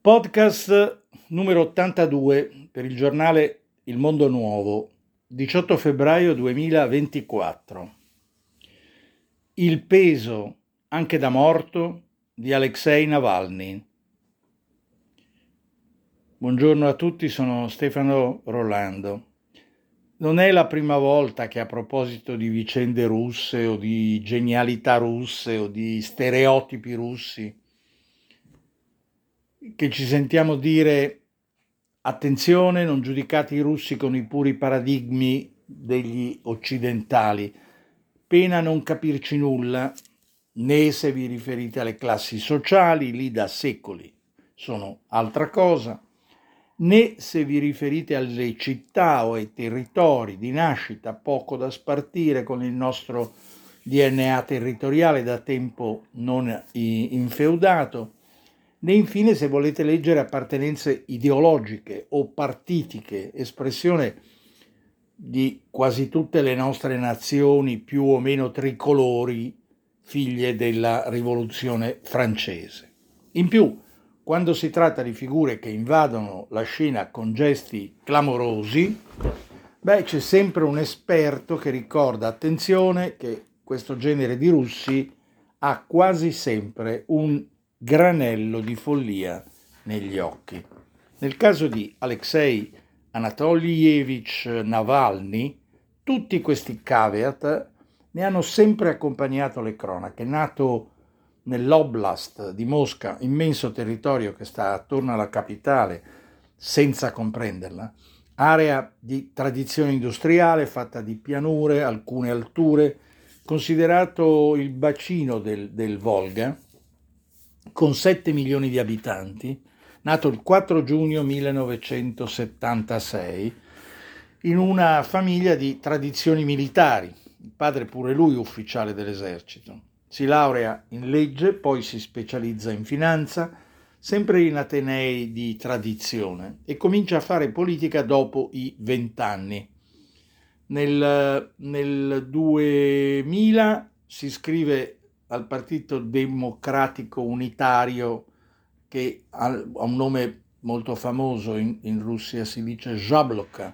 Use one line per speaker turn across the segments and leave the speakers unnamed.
Podcast numero 82 per il giornale Il Mondo Nuovo, 18 febbraio 2024. Il peso, anche da morto, di Alexei Navalny. Buongiorno a tutti, sono Stefano Rolando. Non è la prima volta che a proposito di vicende russe o di genialità russe o di stereotipi russi che ci sentiamo dire: attenzione, non giudicate i russi con i puri paradigmi degli occidentali, pena non capirci nulla, né se vi riferite alle classi sociali, lì da secoli sono altra cosa, né se vi riferite alle città o ai territori di nascita, poco da spartire con il nostro DNA territoriale da tempo non infeudato, né infine se volete leggere appartenenze ideologiche o partitiche, espressione di quasi tutte le nostre nazioni più o meno tricolori, figlie della rivoluzione francese. In più, quando si tratta di figure che invadono la scena con gesti clamorosi, c'è sempre un esperto che ricorda: attenzione, che questo genere di russi ha quasi sempre un granello di follia negli occhi. Nel caso di Alexei Anatolievich Navalny, tutti questi caveat ne hanno sempre accompagnato le cronache. Nato nell'oblast di Mosca, immenso territorio che sta attorno alla capitale, senza comprenderla, area di tradizione industriale fatta di pianure, alcune alture, considerato il bacino del Volga, con 7 milioni di abitanti, nato il 4 giugno 1976, in una famiglia di tradizioni militari, il padre pure lui ufficiale dell'esercito. Si laurea in legge, poi si specializza in finanza, sempre in atenei di tradizione, e comincia a fare politica dopo i 20 anni. Nel 2000 si iscrive al Partito Democratico Unitario, che ha un nome molto famoso, in Russia si dice Jabloko.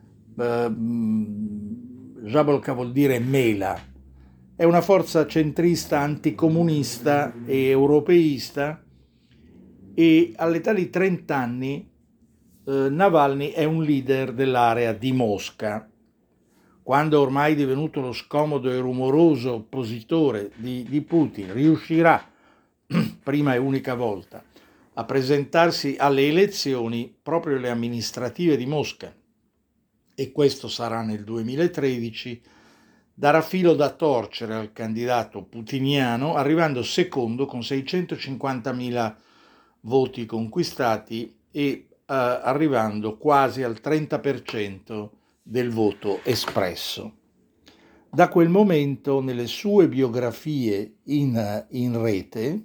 Jabloko vuol dire mela. È una forza centrista anticomunista e europeista, e all'età di 30 anni Navalny è un leader dell'area di Mosca. Quando ormai divenuto lo scomodo e rumoroso oppositore di Putin, riuscirà, prima e unica volta, a presentarsi alle elezioni, proprio le amministrative di Mosca, e questo sarà nel 2013, darà filo da torcere al candidato putiniano, arrivando secondo con 650.000 voti conquistati e arrivando quasi al 30% del voto espresso. Da quel momento, nelle sue biografie in rete,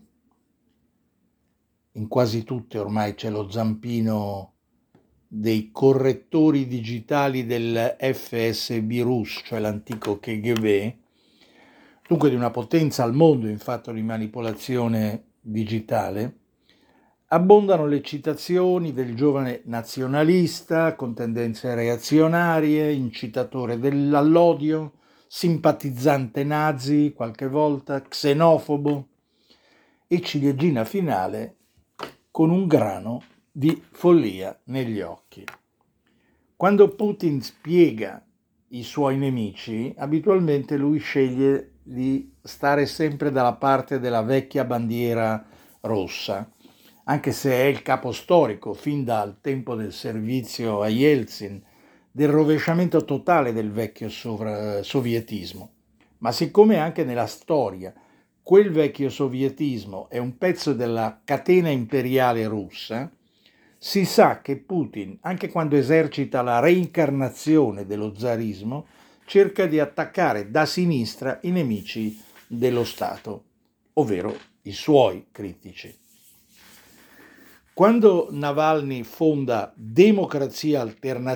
in quasi tutte ormai c'è lo zampino dei correttori digitali del FSB Rus, cioè l'antico KGB, dunque di una potenza al mondo in fatto di manipolazione digitale, abbondano le citazioni del giovane nazionalista con tendenze reazionarie, incitatore all'odio, simpatizzante nazi, qualche volta xenofobo, e ciliegina finale con un grano di follia negli occhi. Quando Putin spiega i suoi nemici, abitualmente lui sceglie di stare sempre dalla parte della vecchia bandiera rossa, anche se è il capo storico, fin dal tempo del servizio a Yeltsin, del rovesciamento totale del vecchio sovietismo. Ma siccome anche nella storia quel vecchio sovietismo è un pezzo della catena imperiale russa, si sa che Putin, anche quando esercita la reincarnazione dello zarismo, cerca di attaccare da sinistra i nemici dello Stato, ovvero i suoi critici. Quando Navalny fonda Democrazia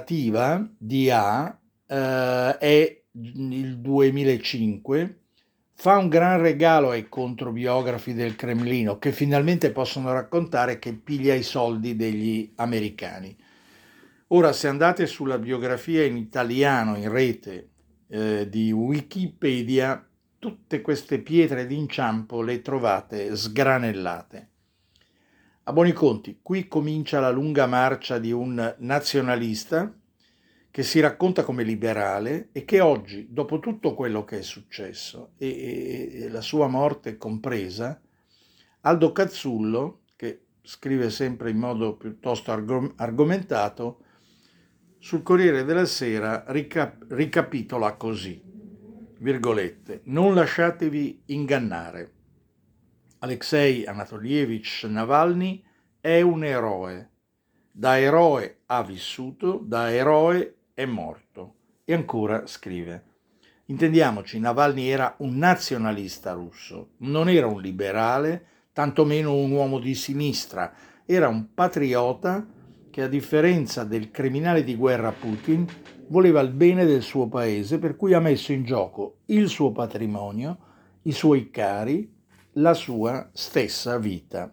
Alternativa, DA, è il 2005, fa un gran regalo ai controbiografi del Cremlino, che finalmente possono raccontare che piglia i soldi degli americani. Ora, se andate sulla biografia in italiano in rete di Wikipedia, tutte queste pietre d'inciampo le trovate sgranellate. A buoni conti, qui comincia la lunga marcia di un nazionalista che si racconta come liberale e che oggi, dopo tutto quello che è successo e la sua morte compresa, Aldo Cazzullo, che scrive sempre in modo piuttosto argomentato, sul Corriere della Sera ricapitola così, virgolette, non lasciatevi ingannare. Alexei Anatolievich Navalny è un eroe. Da eroe ha vissuto, da eroe è morto. E ancora scrive, intendiamoci, Navalny era un nazionalista russo, non era un liberale, tantomeno un uomo di sinistra, era un patriota che, a differenza del criminale di guerra Putin, voleva il bene del suo paese, per cui ha messo in gioco il suo patrimonio, i suoi cari, la sua stessa vita.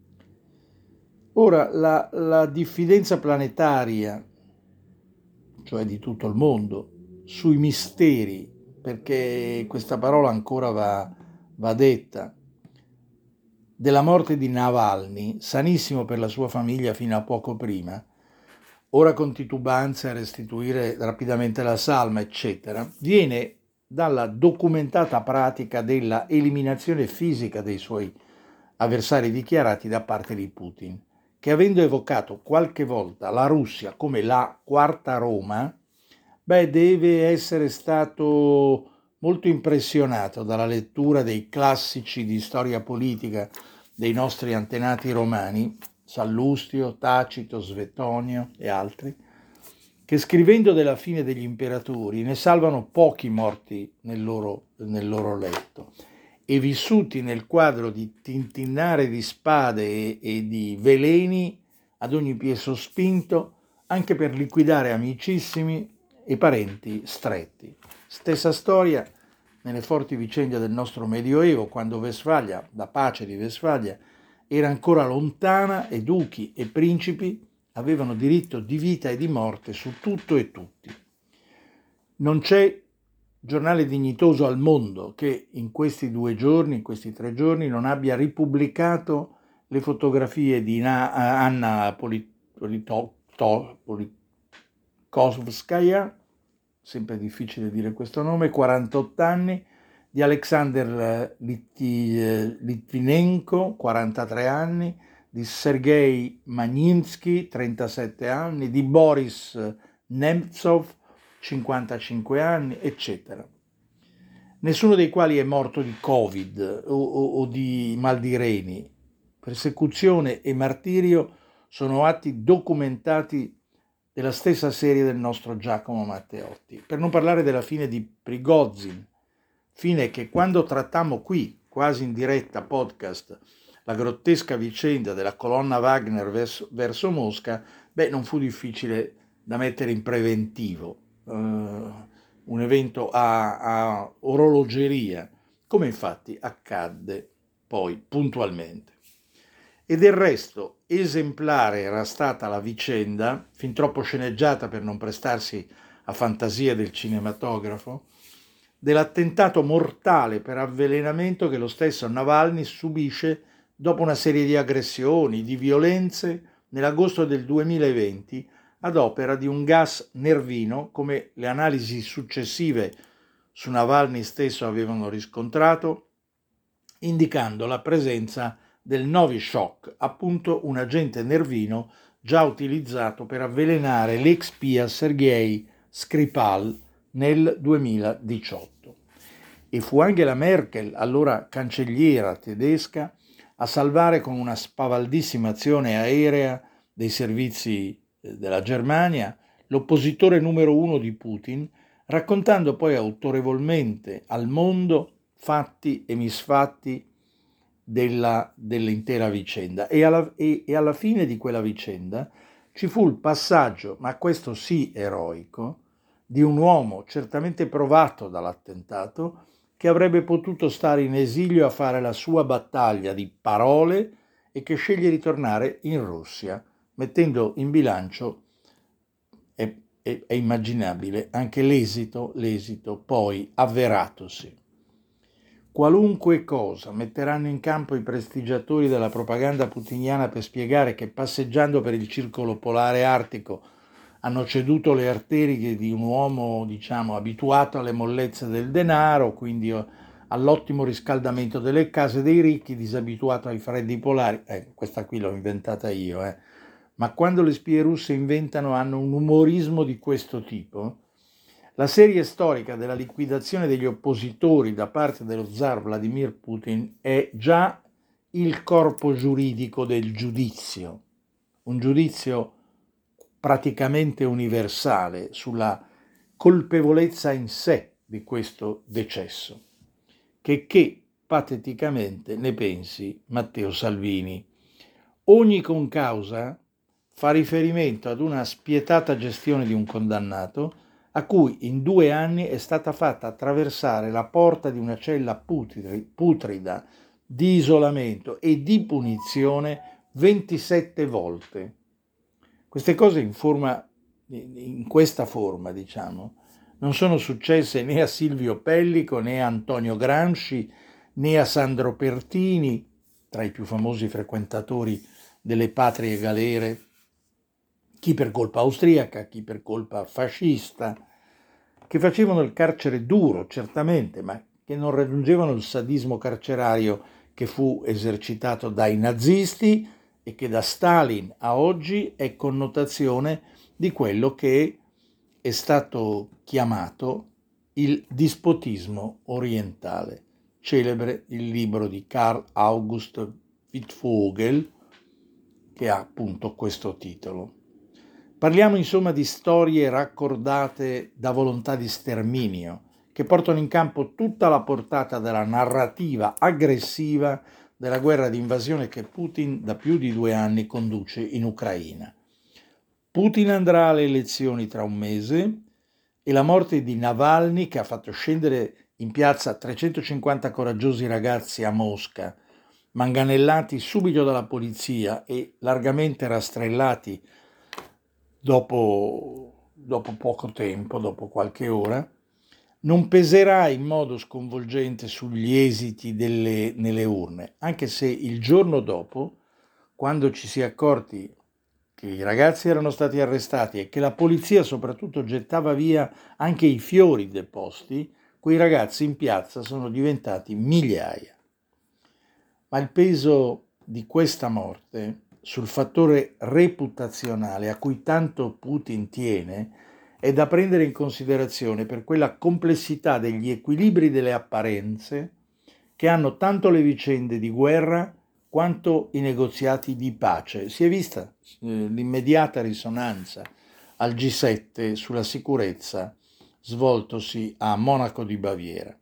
Ora, la diffidenza planetaria, cioè di tutto il mondo, sui misteri, perché questa parola ancora va detta, della morte di Navalny, sanissimo per la sua famiglia fino a poco prima, ora con titubanza a restituire rapidamente la salma, eccetera, viene dalla documentata pratica della eliminazione fisica dei suoi avversari dichiarati da parte di Putin, che, avendo evocato qualche volta la Russia come la quarta Roma, deve essere stato molto impressionato dalla lettura dei classici di storia politica dei nostri antenati romani, Sallustio, Tacito, Svetonio e altri, che scrivendo della fine degli imperatori ne salvano pochi morti nel loro letto e vissuti nel quadro di tintinnare di spade e di veleni ad ogni piè sospinto, anche per liquidare amicissimi e parenti stretti. Stessa storia nelle forti vicende del nostro Medioevo, quando Westfalia, la pace di Westfalia, era ancora lontana e duchi e principi avevano diritto di vita e di morte su tutto e tutti. Non c'è giornale dignitoso al mondo che in questi 2 giorni, in questi 3 giorni, non abbia ripubblicato le fotografie di Anna Politkovskaya, sempre difficile dire questo nome, 48 anni, di Alexander Litvinenko, 43 anni, di Sergei Magninsky, 37 anni, di Boris Nemtsov, 55 anni, eccetera. Nessuno dei quali è morto di Covid o di mal di reni. Persecuzione e martirio sono atti documentati della stessa serie del nostro Giacomo Matteotti. Per non parlare della fine di Prigozhin, fine che, quando trattammo qui, quasi in diretta podcast, la grottesca vicenda della colonna Wagner verso Mosca, non fu difficile da mettere in preventivo. Un evento a orologeria, come infatti accadde poi puntualmente. E del resto esemplare era stata la vicenda, fin troppo sceneggiata per non prestarsi a fantasia del cinematografo, dell'attentato mortale per avvelenamento che lo stesso Navalny subisce dopo una serie di aggressioni, di violenze nell'agosto del 2020 ad opera di un gas nervino, come le analisi successive su Navalny stesso avevano riscontrato, indicando la presenza del Novichok, appunto un agente nervino già utilizzato per avvelenare l'ex spia Sergei Skripal nel 2018. E fu Angela Merkel, allora cancelliera tedesca, a salvare con una spavaldissima azione aerea dei servizi della Germania l'oppositore numero 1 di Putin, raccontando poi autorevolmente al mondo fatti e misfatti dell'intera vicenda. E alla fine di quella vicenda ci fu il passaggio, ma questo sì eroico, di un uomo certamente provato dall'attentato, che avrebbe potuto stare in esilio a fare la sua battaglia di parole e che sceglie di tornare in Russia, mettendo in bilancio, è immaginabile, anche l'esito poi avveratosi. Qualunque cosa metteranno in campo i prestigiatori della propaganda putiniana per spiegare che passeggiando per il circolo polare artico hanno ceduto le arterie di un uomo, diciamo, abituato alle mollezze del denaro, quindi all'ottimo riscaldamento delle case dei ricchi, disabituato ai freddi polari. Questa qui l'ho inventata io, Ma quando le spie russe hanno un umorismo di questo tipo, la serie storica della liquidazione degli oppositori da parte dello zar Vladimir Putin è già il corpo giuridico del giudizio, un giudizio praticamente universale sulla colpevolezza in sé di questo decesso. Che pateticamente ne pensi Matteo Salvini. Ogni concausa fa riferimento ad una spietata gestione di un condannato a cui in 2 anni è stata fatta attraversare la porta di una cella putrida di isolamento e di punizione 27 volte. Queste cose in questa forma, diciamo, non sono successe né a Silvio Pellico, né a Antonio Gramsci, né a Sandro Pertini, tra i più famosi frequentatori delle patrie galere, chi per colpa austriaca, chi per colpa fascista, che facevano il carcere duro, certamente, ma che non raggiungevano il sadismo carcerario che fu esercitato dai nazisti e che da Stalin a oggi è connotazione di quello che è stato chiamato il dispotismo orientale. Celebre il libro di Karl August Wittfogel, che ha appunto questo titolo. Parliamo insomma di storie raccordate da volontà di sterminio, che portano in campo tutta la portata della narrativa aggressiva della guerra di invasione che Putin da più di 2 anni conduce in Ucraina. Putin andrà alle elezioni tra un mese e la morte di Navalny, che ha fatto scendere in piazza 350 coraggiosi ragazzi a Mosca, manganellati subito dalla polizia e largamente rastrellati dopo poco tempo, dopo qualche ora, non peserà in modo sconvolgente sugli esiti nelle urne, anche se il giorno dopo, quando ci si è accorti che i ragazzi erano stati arrestati e che la polizia soprattutto gettava via anche i fiori deposti, quei ragazzi in piazza sono diventati migliaia. Ma il peso di questa morte sul fattore reputazionale a cui tanto Putin tiene è da prendere in considerazione per quella complessità degli equilibri delle apparenze che hanno tanto le vicende di guerra quanto i negoziati di pace. Si è vista l'immediata risonanza al G7 sulla sicurezza svoltosi a Monaco di Baviera.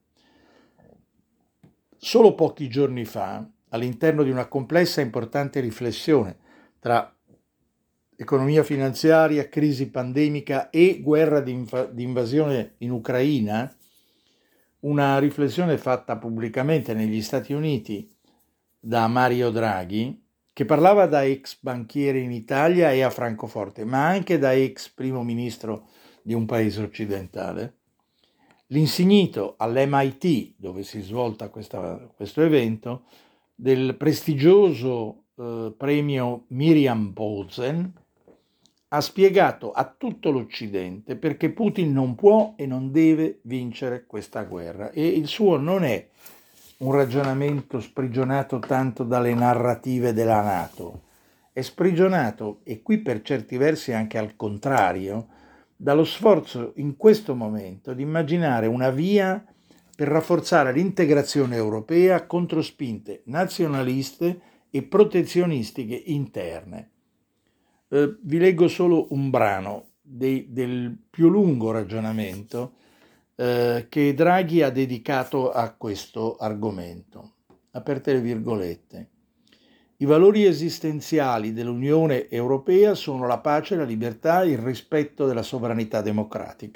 Solo pochi giorni fa, all'interno di una complessa e importante riflessione tra economia finanziaria, crisi pandemica e guerra di invasione in Ucraina, una riflessione fatta pubblicamente negli Stati Uniti da Mario Draghi, che parlava da ex banchiere in Italia e a Francoforte, ma anche da ex primo ministro di un paese occidentale. L'insignito all'MIT, dove si è svolta questo evento, del prestigioso premio Miriam Bowsen, ha spiegato a tutto l'Occidente perché Putin non può e non deve vincere questa guerra. E il suo non è un ragionamento sprigionato tanto dalle narrative della NATO, è sprigionato, e qui per certi versi anche al contrario, dallo sforzo in questo momento di immaginare una via per rafforzare l'integrazione europea contro spinte nazionaliste e protezionistiche interne. Vi leggo solo un brano del più lungo ragionamento che Draghi ha dedicato a questo argomento. Aperte le virgolette. I valori esistenziali dell'Unione Europea sono la pace, la libertà e il rispetto della sovranità democratica.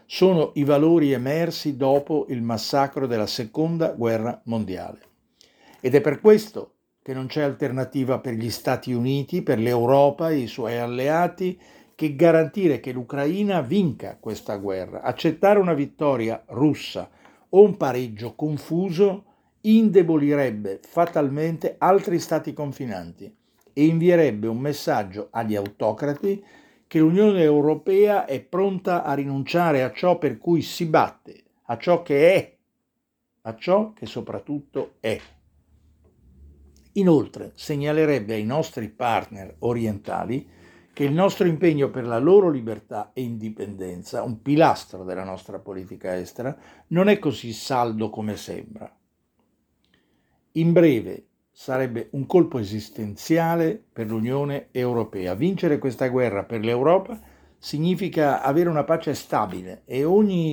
sono i valori emersi dopo il massacro della Seconda Guerra Mondiale. Ed è per questo che non c'è alternativa per gli Stati Uniti, per l'Europa e i suoi alleati, che garantire che l'Ucraina vinca questa guerra. Accettare una vittoria russa o un pareggio confuso indebolirebbe fatalmente altri stati confinanti e invierebbe un messaggio agli autocrati che l'Unione Europea è pronta a rinunciare a ciò per cui si batte, a ciò che è, a ciò che soprattutto è. Inoltre segnalerebbe ai nostri partner orientali che il nostro impegno per la loro libertà e indipendenza, un pilastro della nostra politica estera, non è così saldo come sembra. In breve, sarebbe un colpo esistenziale per l'Unione Europea. Vincere questa guerra per l'Europa significa avere una pace stabile e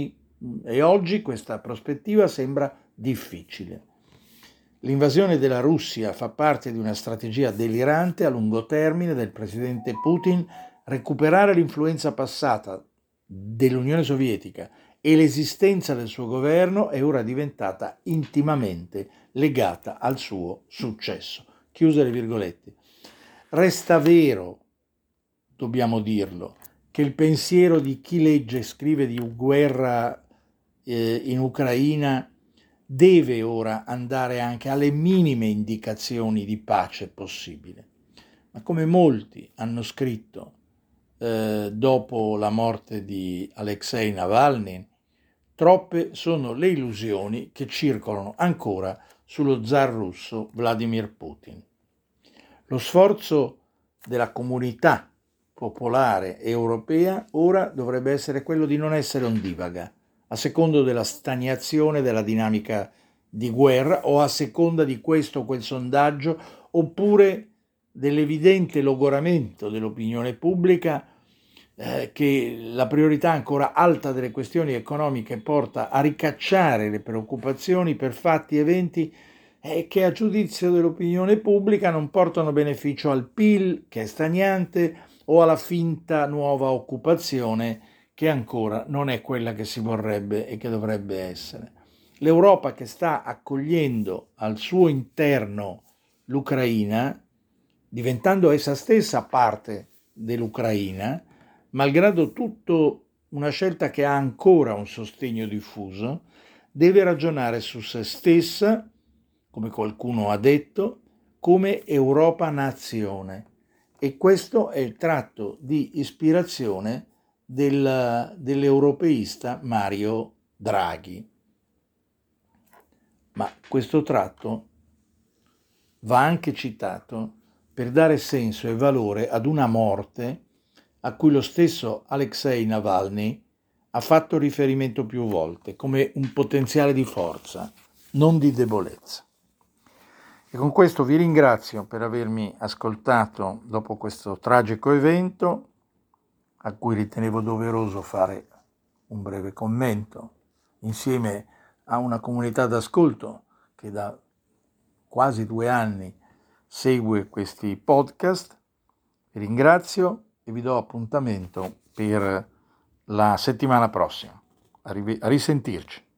oggi questa prospettiva sembra difficile. L'invasione della Russia fa parte di una strategia delirante a lungo termine del presidente Putin. Recuperare l'influenza passata dell'Unione Sovietica e l'esistenza del suo governo è ora diventata intimamente legata al suo successo. Chiuse le virgolette. Resta vero, dobbiamo dirlo, che il pensiero di chi legge e scrive di guerra in Ucraina deve ora andare anche alle minime indicazioni di pace possibile. Ma come molti hanno scritto dopo la morte di Alexei Navalny, troppe sono le illusioni che circolano ancora sullo zar russo Vladimir Putin. Lo sforzo della comunità popolare europea ora dovrebbe essere quello di non essere ondivaga, a secondo della stagnazione della dinamica di guerra o a seconda di questo o quel sondaggio, oppure dell'evidente logoramento dell'opinione pubblica che la priorità ancora alta delle questioni economiche porta a ricacciare le preoccupazioni per fatti e eventi che a giudizio dell'opinione pubblica non portano beneficio al PIL, che è stagnante, o alla finta nuova occupazione, che ancora non è quella che si vorrebbe e che dovrebbe essere. L'Europa, che sta accogliendo al suo interno l'Ucraina, diventando essa stessa parte dell'Ucraina, malgrado tutto una scelta che ha ancora un sostegno diffuso, deve ragionare su se stessa, come qualcuno ha detto, come Europa-nazione. E questo è il tratto di ispirazione dell'europeista Mario Draghi. Ma questo tratto va anche citato per dare senso e valore ad una morte a cui lo stesso Alexei Navalny ha fatto riferimento più volte come un potenziale di forza, non di debolezza. E con questo vi ringrazio per avermi ascoltato dopo questo tragico evento, a cui ritenevo doveroso fare un breve commento insieme a una comunità d'ascolto che da quasi 2 anni segue questi podcast. Vi ringrazio e vi do appuntamento per la settimana prossima. A risentirci.